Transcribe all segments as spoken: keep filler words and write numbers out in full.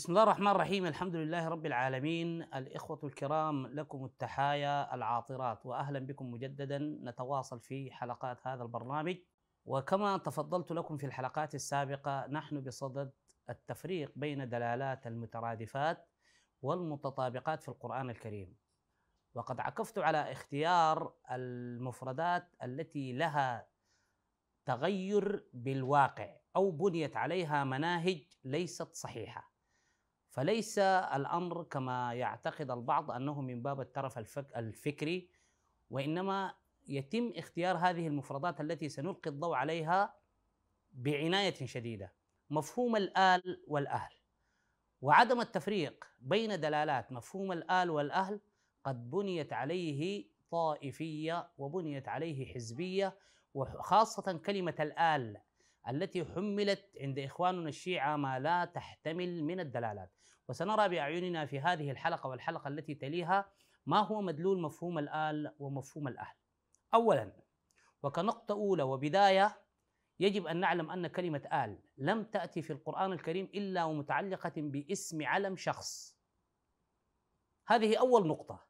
بسم الله الرحمن الرحيم. الحمد لله رب العالمين. الإخوة الكرام، لكم التحايا العاطرات وأهلا بكم مجددا. نتواصل في حلقات هذا البرنامج، وكما تفضلت لكم في الحلقات السابقة نحن بصدد التفريق بين دلالات المترادفات والمتطابقات في القرآن الكريم، وقد عكفت على اختيار المفردات التي لها تغير بالواقع أو بنيت عليها مناهج ليست صحيحة. فليس الأمر كما يعتقد البعض أنه من باب الترف الفكري، وإنما يتم اختيار هذه المفردات التي سنلقي الضوء عليها بعناية شديدة. مفهوم الآل والأهل وعدم التفريق بين دلالات مفهوم الآل والأهل قد بنيت عليه طائفية وبنيت عليه حزبية، وخاصة كلمة الآل التي حملت عند إخواننا الشيعة ما لا تحتمل من الدلالات. وسنرى بأعيننا في هذه الحلقة والحلقة التي تليها ما هو مدلول مفهوم الآل ومفهوم الأهل. أولا، وكنقطة أولى وبداية، يجب أن نعلم أن كلمة آل لم تأتي في القرآن الكريم إلا ومتعلقة باسم علم شخص. هذه أول نقطة.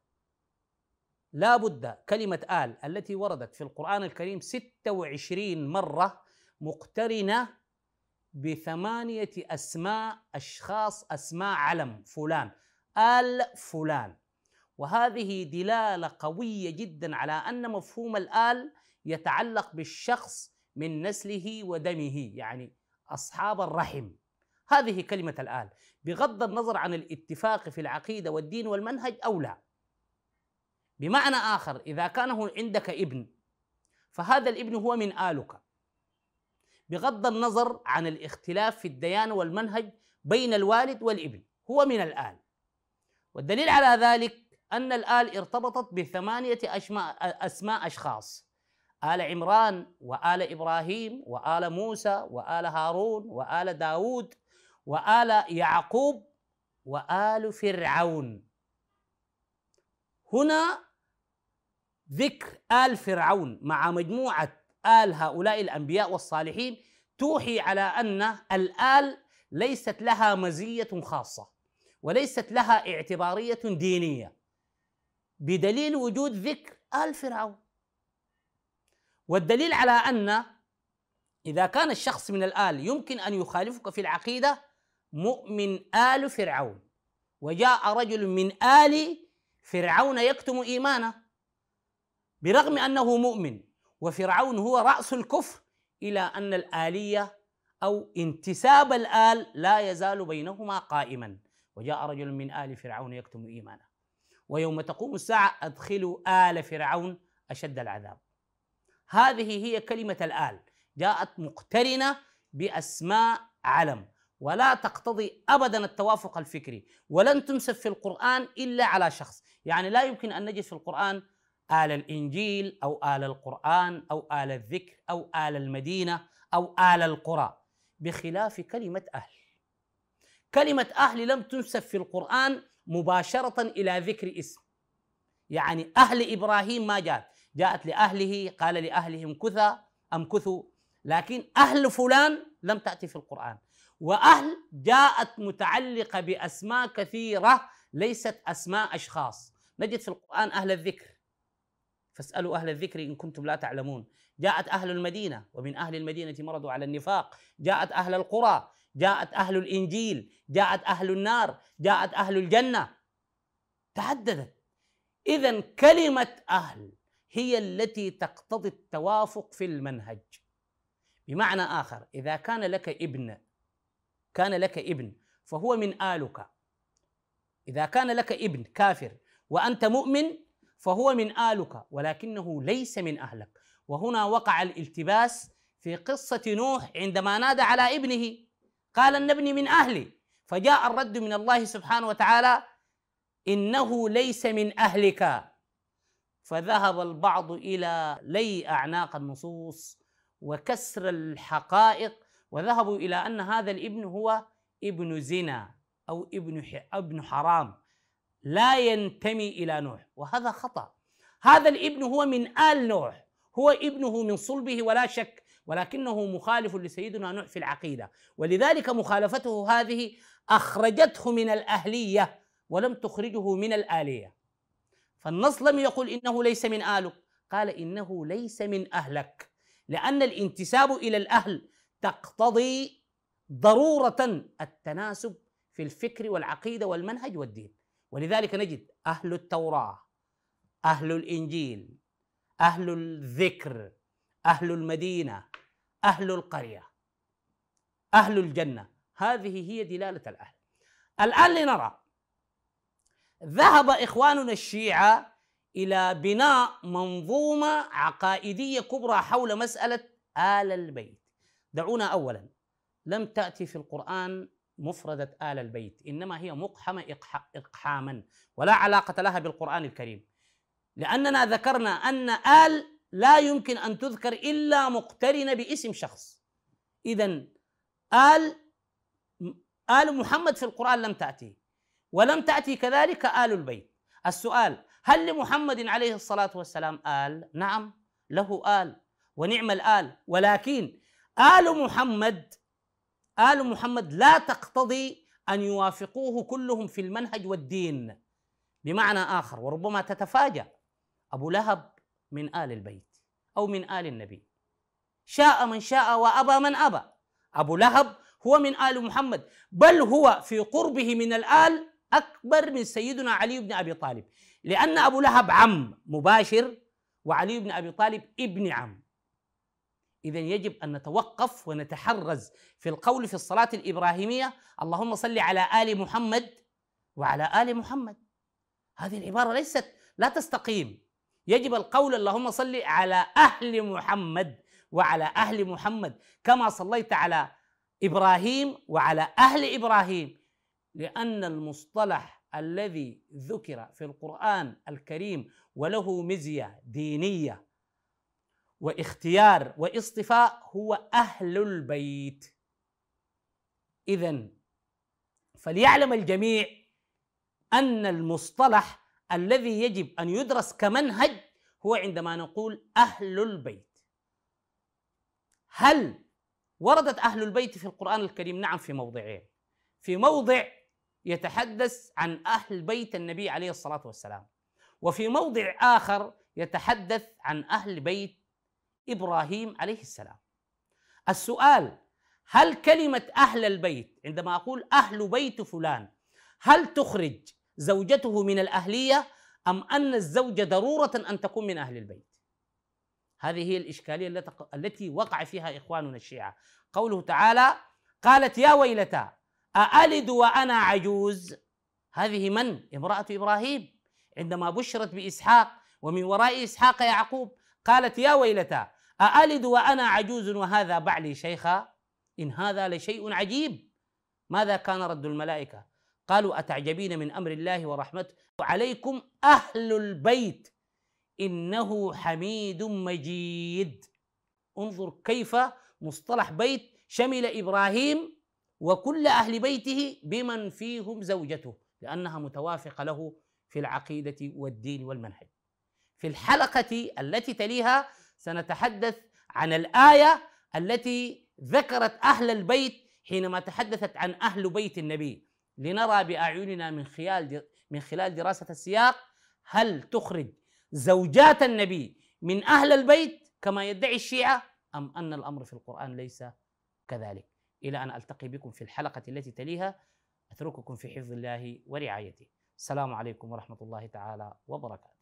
لا بد كلمة آل التي وردت في القرآن الكريم ستة وعشرين مرة مقترنة بثمانية أسماء أشخاص، أسماء علم فلان، آل فلان. وهذه دلالة قوية جدا على أن مفهوم الآل يتعلق بالشخص من نسله ودمه، يعني أصحاب الرحم. هذه كلمة الآل بغض النظر عن الاتفاق في العقيدة والدين والمنهج أو لا. بمعنى آخر، إذا كان عندك ابن فهذا الابن هو من آلك، بغض النظر عن الاختلاف في الديانة والمنهج بين الوالد والابن، هو من الآل. والدليل على ذلك أن الآل ارتبطت بثمانية أسماء أشخاص: آل عمران، وآل إبراهيم، وآل موسى، وآل هارون، وآل داود، وآل يعقوب، وآل فرعون. هنا ذكر آل فرعون مع مجموعة آل هؤلاء الأنبياء والصالحين توحي على أن الآل ليست لها مزية خاصة وليست لها اعتبارية دينية، بدليل وجود ذكر آل فرعون. والدليل على أن إذا كان الشخص من الآل يمكن أن يخالفك في العقيدة مؤمن آل فرعون، وجاء رجل من آل فرعون يكتم إيمانه برغم أنه مؤمن، وفرعون هو رأس الكفر، إلى أن الآلية أو انتساب الآل لا يزال بينهما قائما. وجاء رجل من آل فرعون يكتم إيمانه ويوم تقوم الساعة أدخلوا آل فرعون أشد العذاب. هذه هي كلمة الآل، جاءت مقترنة بأسماء علم، ولا تقتضي أبدا التوافق الفكري، ولن تنسب في القرآن إلا على شخص. يعني لا يمكن أن نجد في القرآن آل الإنجيل أو آل القرآن أو آل الذكر أو آل المدينة أو آل القرى، بخلاف كلمة أهل. كلمة أهل لم تنسب في القرآن مباشرة إلى ذكر اسم. يعني أهل إبراهيم ما جاءت، جاءت لأهله، قال لأهلهم كثى أم كثوا، لكن أهل فلان لم تأتي في القرآن. وأهل جاءت متعلقة بأسماء كثيرة ليست أسماء أشخاص. نجد في القرآن أهل الذكر، فاسألوا أهل الذكر إن كنتم لا تعلمون. جاءت أهل المدينة، ومن أهل المدينة مرضوا على النفاق. جاءت أهل القرى، جاءت أهل الإنجيل، جاءت أهل النار، جاءت أهل الجنة، تعددت. إذن كلمة أهل هي التي تقتضي التوافق في المنهج. بمعنى آخر، إذا كان لك ابن كان لك ابن فهو من آلك. إذا كان لك ابن كافر وأنت مؤمن فهو من آلك، ولكنه ليس من أهلك. وهنا وقع الالتباس في قصة نوح عندما نادى على ابنه، قال إن ابني من أهلي، فجاء الرد من الله سبحانه وتعالى: إنه ليس من أهلك. فذهب البعض إلى لي أعناق النصوص وكسر الحقائق، وذهبوا إلى أن هذا الابن هو ابن زنا أو ابن ابن حرام لا ينتمي إلى نوح، وهذا خطأ. هذا الابن هو من آل نوح، هو ابنه من صلبه ولا شك، ولكنه مخالف لسيدنا نوح في العقيدة، ولذلك مخالفته هذه أخرجته من الأهلية ولم تخرجه من الآلية. فالنص لم يقل إنه ليس من آلك، قال إنه ليس من أهلك، لأن الانتساب إلى الأهل تقتضي ضرورة التناسب في الفكر والعقيدة والمنهج والدين. ولذلك نجد أهل التوراة، أهل الإنجيل، أهل الذكر، أهل المدينة، أهل القرية، أهل الجنة، هذه هي دلالة الأهل. الآن لنرى، ذهب إخواننا الشيعة إلى بناء منظومة عقائدية كبرى حول مسألة آل البيت. دعونا أولا، لم تأتي في القرآن مفردة آل البيت، إنما هي مقحمة إقحاما ولا علاقة لها بالقرآن الكريم، لأننا ذكرنا أن آل لا يمكن أن تذكر إلا مقترنة باسم شخص. إذن آل آل محمد في القرآن لم تأتي، ولم تأتي كذلك آل البيت. السؤال: هل لمحمد عليه الصلاة والسلام آل؟ نعم، له آل ونعم الآل، ولكن آل محمد آل محمد لا تقتضي أن يوافقوه كلهم في المنهج والدين. بمعنى آخر، وربما تتفاجأ، أبو لهب من آل البيت أو من آل النبي، شاء من شاء وأبى من أبى. أبو لهب هو من آل محمد، بل هو في قربه من الآل أكبر من سيدنا علي بن أبي طالب، لأن أبو لهب عم مباشر وعلي بن أبي طالب ابن عم. إذن يجب أن نتوقف ونتحرز في القول في الصلاة الإبراهيمية: اللهم صل على آل محمد وعلى آل محمد. هذه العبارة ليست لا تستقيم. يجب القول: اللهم صل على أهل محمد وعلى أهل محمد كما صليت على إبراهيم وعلى أهل إبراهيم، لأن المصطلح الذي ذكر في القرآن الكريم وله مزية دينية واختيار واصطفاء هو أهل البيت. إذن فليعلم الجميع أن المصطلح الذي يجب أن يدرس كمنهج هو عندما نقول أهل البيت. هل وردت أهل البيت في القرآن الكريم؟ نعم، في موضعين. في موضع يتحدث عن أهل بيت النبي عليه الصلاة والسلام، وفي موضع آخر يتحدث عن أهل بيت إبراهيم عليه السلام. السؤال: هل كلمة أهل البيت عندما أقول أهل بيت فلان هل تخرج زوجته من الأهلية، أم أن الزوجة ضرورة أن تكون من أهل البيت؟ هذه هي الإشكالية التي وقع فيها إخواننا الشيعة. قوله تعالى: قالت يا ويلتى أألد وأنا عجوز. هذه من؟ امرأة إبراهيم عندما بشرت بإسحاق ومن وراء إسحاق يعقوب، قالت يا ويلتى أألد وأنا عجوز وهذا بعلي شيخا إن هذا لشيء عجيب. ماذا كان رد الملائكة؟ قالوا أتعجبين من أمر الله ورحمته عليكم أهل البيت إنه حميد مجيد. انظر كيف مصطلح بيت شمل إبراهيم وكل أهل بيته بمن فيهم زوجته، لأنها متوافقة له في العقيدة والدين والمنهج. في الحلقة التي تليها سنتحدث عن الآية التي ذكرت أهل البيت حينما تحدثت عن أهل بيت النبي، لنرى بأعيننا من خلال من خلال دراسة السياق هل تخرج زوجات النبي من أهل البيت كما يدعي الشيعة، أم أن الأمر في القرآن ليس كذلك. إلى أن ألتقي بكم في الحلقة التي تليها، أترككم في حفظ الله ورعايته. السلام عليكم ورحمة الله تعالى وبركاته.